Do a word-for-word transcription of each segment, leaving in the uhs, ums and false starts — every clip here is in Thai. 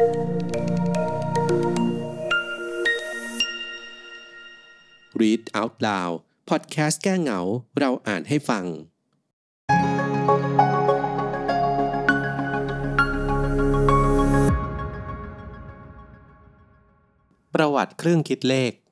Read Out Loud พอดแคสต์แก้เหงาเราอ่านให้ฟังประวัติเครื่องคิดเลข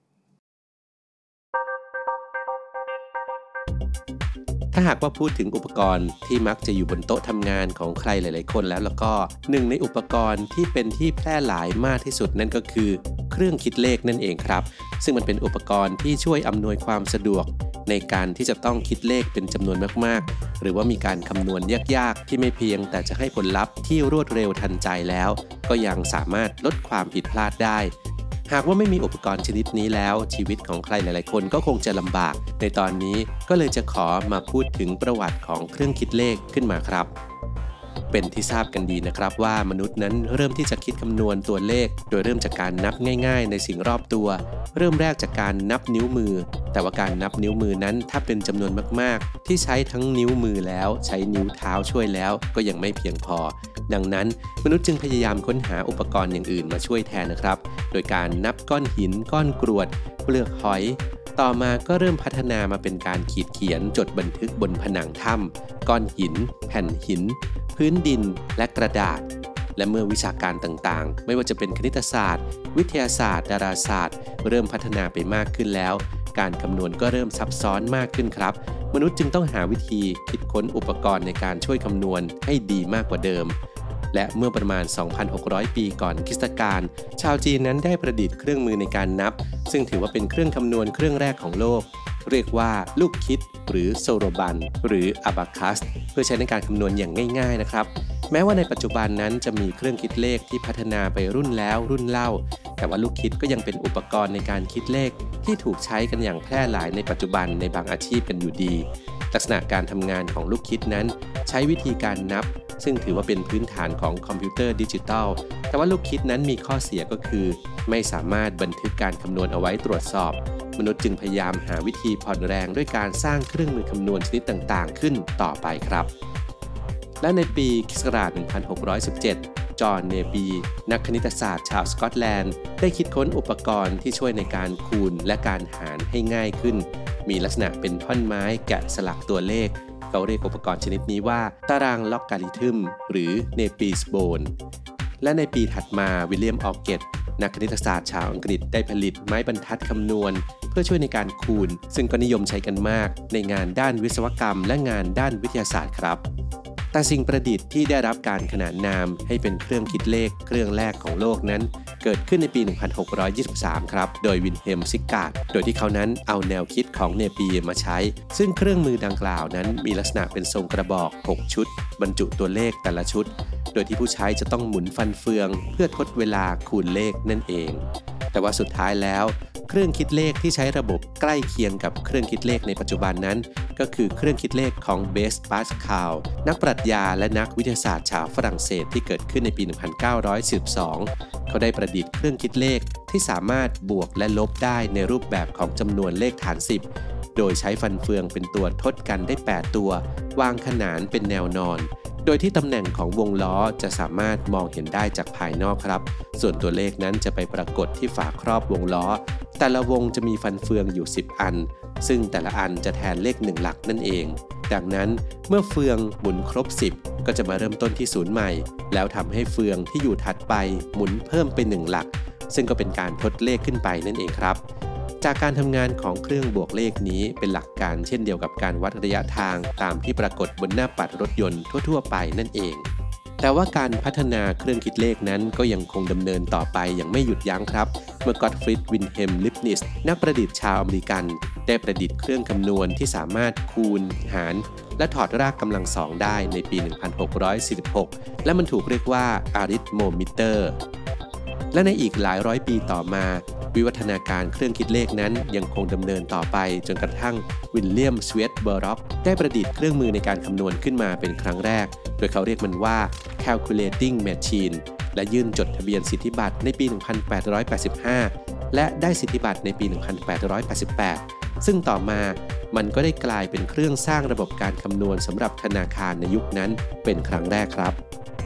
ถ้าหากว่าพูดถึงอุปกรณ์ที่มักจะอยู่บนโต๊ะทำงานของใครหลายๆคนแล้วแล้วก็หนึ่งในอุปกรณ์ที่เป็นที่แพร่หลายมากที่สุดนั่นก็คือเครื่องคิดเลขนั่นเองครับซึ่งมันเป็นอุปกรณ์ที่ช่วยอำนวยความสะดวกในการที่จะต้องคิดเลขเป็นจำนวนมากๆหรือว่ามีการคำนวณยากๆที่ไม่เพียงแต่จะให้ผลลัพธ์ที่รวดเร็วทันใจแล้วก็ยังสามารถลดความผิดพลาดได้หากว่าไม่มีอุปกรณ์ชนิดนี้แล้วชีวิตของใครหลายๆคนก็คงจะลำบากในตอนนี้ก็เลยจะขอมาพูดถึงประวัติของเครื่องคิดเลขขึ้นมาครับเป็นที่ทราบกันดีนะครับว่ามนุษย์นั้นเริ่มที่จะคิดคำนวณตัวเลขโดยเริ่มจากการนับง่ายๆในสิ่งรอบตัวเริ่มแรกจากการนับนิ้วมือแต่ว่าการนับนิ้วมือนั้นถ้าเป็นจำนวนมากๆที่ใช้ทั้งนิ้วมือแล้วใช้นิ้วเท้าช่วยแล้วก็ยังไม่เพียงพอดังนั้นมนุษย์จึงพยายามค้นหาอุปกรณ์อย่างอื่นมาช่วยแทนนะครับโดยการนับก้อนหินก้อนกรวดเปลือกหอยต่อมาก็เริ่มพัฒนามาเป็นการขีดเขียนจดบันทึกบนผนังถ้ำก้อนหินแผ่นหินพื้นดินและกระดาษและเมื่อวิชาการต่างๆไม่ว่าจะเป็นคณิตศาสตร์วิทยาศาสตร์ดาราศาสตร์เริ่มพัฒนาไปมากขึ้นแล้วการคำนวณก็เริ่มซับซ้อนมากขึ้นครับมนุษย์จึงต้องหาวิธีคิดค้นอุปกรณ์ในการช่วยคำนวณให้ดีมากกว่าเดิมและเมื่อประมาณ สองพันหกร้อย ปีก่อนคริสตกาลชาวจีนนั้นได้ประดิษฐ์เครื่องมือในการนับซึ่งถือว่าเป็นเครื่องคำนวณเครื่องแรกของโลกเรียกว่าลูกคิดหรือโซโรบันหรืออะบาคัสเพื่อใช้ในการคำนวณอย่างง่ายๆนะครับแม้ว่าในปัจจุบันนั้นจะมีเครื่องคิดเลขที่พัฒนาไปรุ่นแล้วรุ่นเล่าแต่ว่าลูกคิดก็ยังเป็นอุปกรณ์ในการคิดเลขที่ถูกใช้กันอย่างแพร่หลายในปัจจุบันในบางอาชีพกันอยู่ดีลักษณะการทำงานของลูกคิดนั้นใช้วิธีการนับซึ่งถือว่าเป็นพื้นฐานของคอมพิวเตอร์ดิจิทัลแต่ว่าลูกคิดนั้นมีข้อเสียก็คือไม่สามารถบันทึกการคำนวณเอาไว้ตรวจสอบมนุษย์จึงพยายามหาวิธีผ่อนแรงด้วยการสร้างเครื่องมือคำนวณชนิดต่างๆขึ้นต่อไปครับและในปีค.ศ. หนึ่งพันหกร้อยสิบเจ็ดจอห์นเนปีนักคณิตศาสตร์ชาวสกอตแลนด์ได้คิดค้นอุปกรณ์ที่ช่วยในการคูณและการหารให้ง่ายขึ้นมีลักษณะเป็นท่อนไม้แกะสลักตัวเลขเขาเรียกอุปกรณ์ชนิดนี้ว่าตารางล็อกการิทึมหรือเนปีสโบนและในปีถัดมาวิลเลียมออร์เกตนักคณิตศาสตร์ชาวอังกฤษได้ผลิตไม้บรรทัดคำนวณเพื่อช่วยในการคูณซึ่งก็นิยมใช้กันมากในงานด้านวิศวกรรมและงานด้านวิทยาศาสตร์ครับแต่สิ่งประดิษฐ์ที่ได้รับการขนานนามให้เป็นเครื่องคิดเลขเครื่องแรกของโลกนั้นเกิดขึ้นในปี หนึ่งพันหกร้อยยี่สิบสาม ครับโดยวิลเฮมซิกการ์ดโดยที่เขานั้นเอาแนวคิดของเนปีมาใช้ซึ่งเครื่องมือดังกล่าวนั้นมีลักษณะเป็นทรงกระบอกหกชุดบรรจุตัวเลขแต่ละชุดโดยที่ผู้ใช้จะต้องหมุนฟันเฟืองเพื่อทดเวลาคูณเลขนั่นเองแต่ว่าสุดท้ายแล้วเครื่องคิดเลขที่ใช้ระบบใกล้เคียงกับเครื่องคิดเลขในปัจจุบันนั้นก็คือเครื่องคิดเลขของเบส ปาสคาลนักปรัชญาและนักวิทยาศาสตร์ชาวฝรั่งเศสที่เกิดขึ้นในปี หนึ่งพันเก้าร้อยสิบสอง เขาได้ประดิษฐ์เครื่องคิดเลขที่สามารถบวกและลบได้ในรูปแบบของจำนวนเลขฐานสิบโดยใช้ฟันเฟืองเป็นตัวทดกันได้แปดตัววางขนานเป็นแนวนอนโดยที่ตำแหน่งของวงล้อจะสามารถมองเห็นได้จากภายนอกครับส่วนตัวเลขนั้นจะไปปรากฏที่ฝาครอบวงล้อแต่ละวงจะมีฟันเฟืองอยู่สิบอันซึ่งแต่ละอันจะแทนเลขหนึ่งหลักนั่นเองดังนั้นเมื่อเฟืองหมุนครบสิบก็จะมาเริ่มต้นที่ศูนย์ใหม่แล้วทำให้เฟืองที่อยู่ถัดไปหมุนเพิ่มเป็นหนึ่งหลักซึ่งก็เป็นการทดเลขขึ้นไปนั่นเองครับจากการทำงานของเครื่องบวกเลขนี้เป็นหลักการเช่นเดียวกับการวัดระยะทางตามที่ปรากฏบนหน้าปัดรถยนต์ทั่วๆไปนั่นเองแต่ว่าการพัฒนาเครื่องคิดเลขนั้นก็ยังคงดำเนินต่อไปอย่างไม่หยุดยั้งครับเมื่อกอตฟรีด วิลเฮม ลิปนิสนักประดิษฐ์ชาวอเมริกันได้ประดิษฐ์เครื่องคำนวณที่สามารถคูณหารและถอดรากกำลังสองได้ในปี หนึ่งพันหกร้อยสี่สิบหก และมันถูกเรียกว่าอาริทโมมิเตอร์และในอีกหลายร้อยปีต่อมาวิวัฒนาการเครื่องคิดเลขนั้นยังคงดำเนินต่อไปจนกระทั่งวิลเลียม สเวตเบอร็อกได้ประดิษฐ์เครื่องมือในการคำนวณขึ้นมาเป็นครั้งแรกโดยเขาเรียกมันว่า calculating machine และยื่นจดทะเบียนสิทธิบัตรในปี หนึ่งพันแปดร้อยแปดสิบห้า และได้สิทธิบัตรในปี หนึ่งพันแปดร้อยแปดสิบแปด ซึ่งต่อมามันก็ได้กลายเป็นเครื่องสร้างระบบการคำนวณสำหรับธนาคารในยุคนั้นเป็นครั้งแรกครับ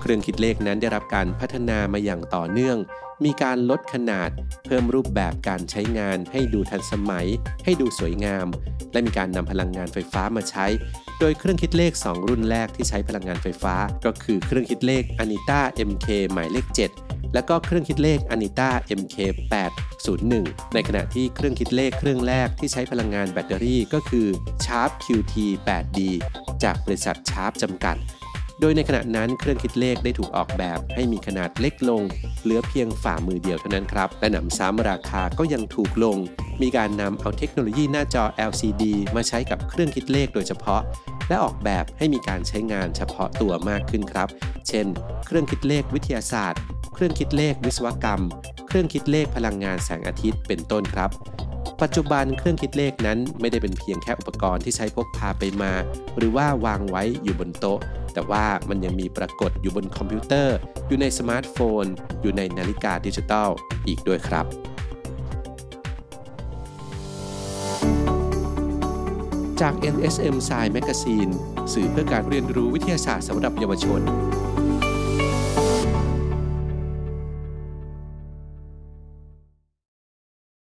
เครื่องคิดเลขนั้นได้รับการพัฒนามาอย่างต่อเนื่องมีการลดขนาดเพิ่มรูปแบบการใช้งานให้ดูทันสมัยให้ดูสวยงามและมีการนำพลังงานไฟฟ้ามาใช้โดยเครื่องคิดเลขสองรุ่นแรกที่ใช้พลังงานไฟฟ้าก็คือเครื่องคิดเลข Anita เอ็ม เค หมายเลขเจ็ดและก็เครื่องคิดเลข Anita เอ็ม เค แปดศูนย์หนึ่งในขณะที่เครื่องคิดเลขเครื่องแรกที่ใช้พลังงานแบตเตอรี่ก็คือ Sharp คิว ที แปดดี จากบริษัท Sharp จำกัดโดยในขณะนั้นเครื่องคิดเลขได้ถูกออกแบบให้มีขนาดเล็กลงเหลือเพียงฝ่ามือเดียวเท่านั้นครับและหนำซ้ำราคาก็ยังถูกลงมีการนำเอาเทคโนโลยีหน้าจอ แอล ซี ดี มาใช้กับเครื่องคิดเลขโดยเฉพาะและออกแบบให้มีการใช้งานเฉพาะตัวมากขึ้นครับเช่นเครื่องคิดเลขวิทยาศาสตร์เครื่องคิดเลขวิศวกรรมเครื่องคิดเลขพลังงานแสงอาทิตย์เป็นต้นครับปัจจุบันเครื่องคิดเลขนั้นไม่ได้เป็นเพียงแค่อุปกรณ์ที่ใช้พกพาไปมาหรือว่าวางไว้อยู่บนโต๊ะแต่ว่ามันยังมีปรากฏอยู่บนคอมพิวเตอร์อยู่ในสมาร์ทโฟนอยู่ในนาฬิกาดิจิทัลอีกด้วยครับจาก เอ็น เอส เอ็ม Science Magazine สื่อเพื่อการเรียนรู้วิทยาศาสตร์สำหรับเยาวชน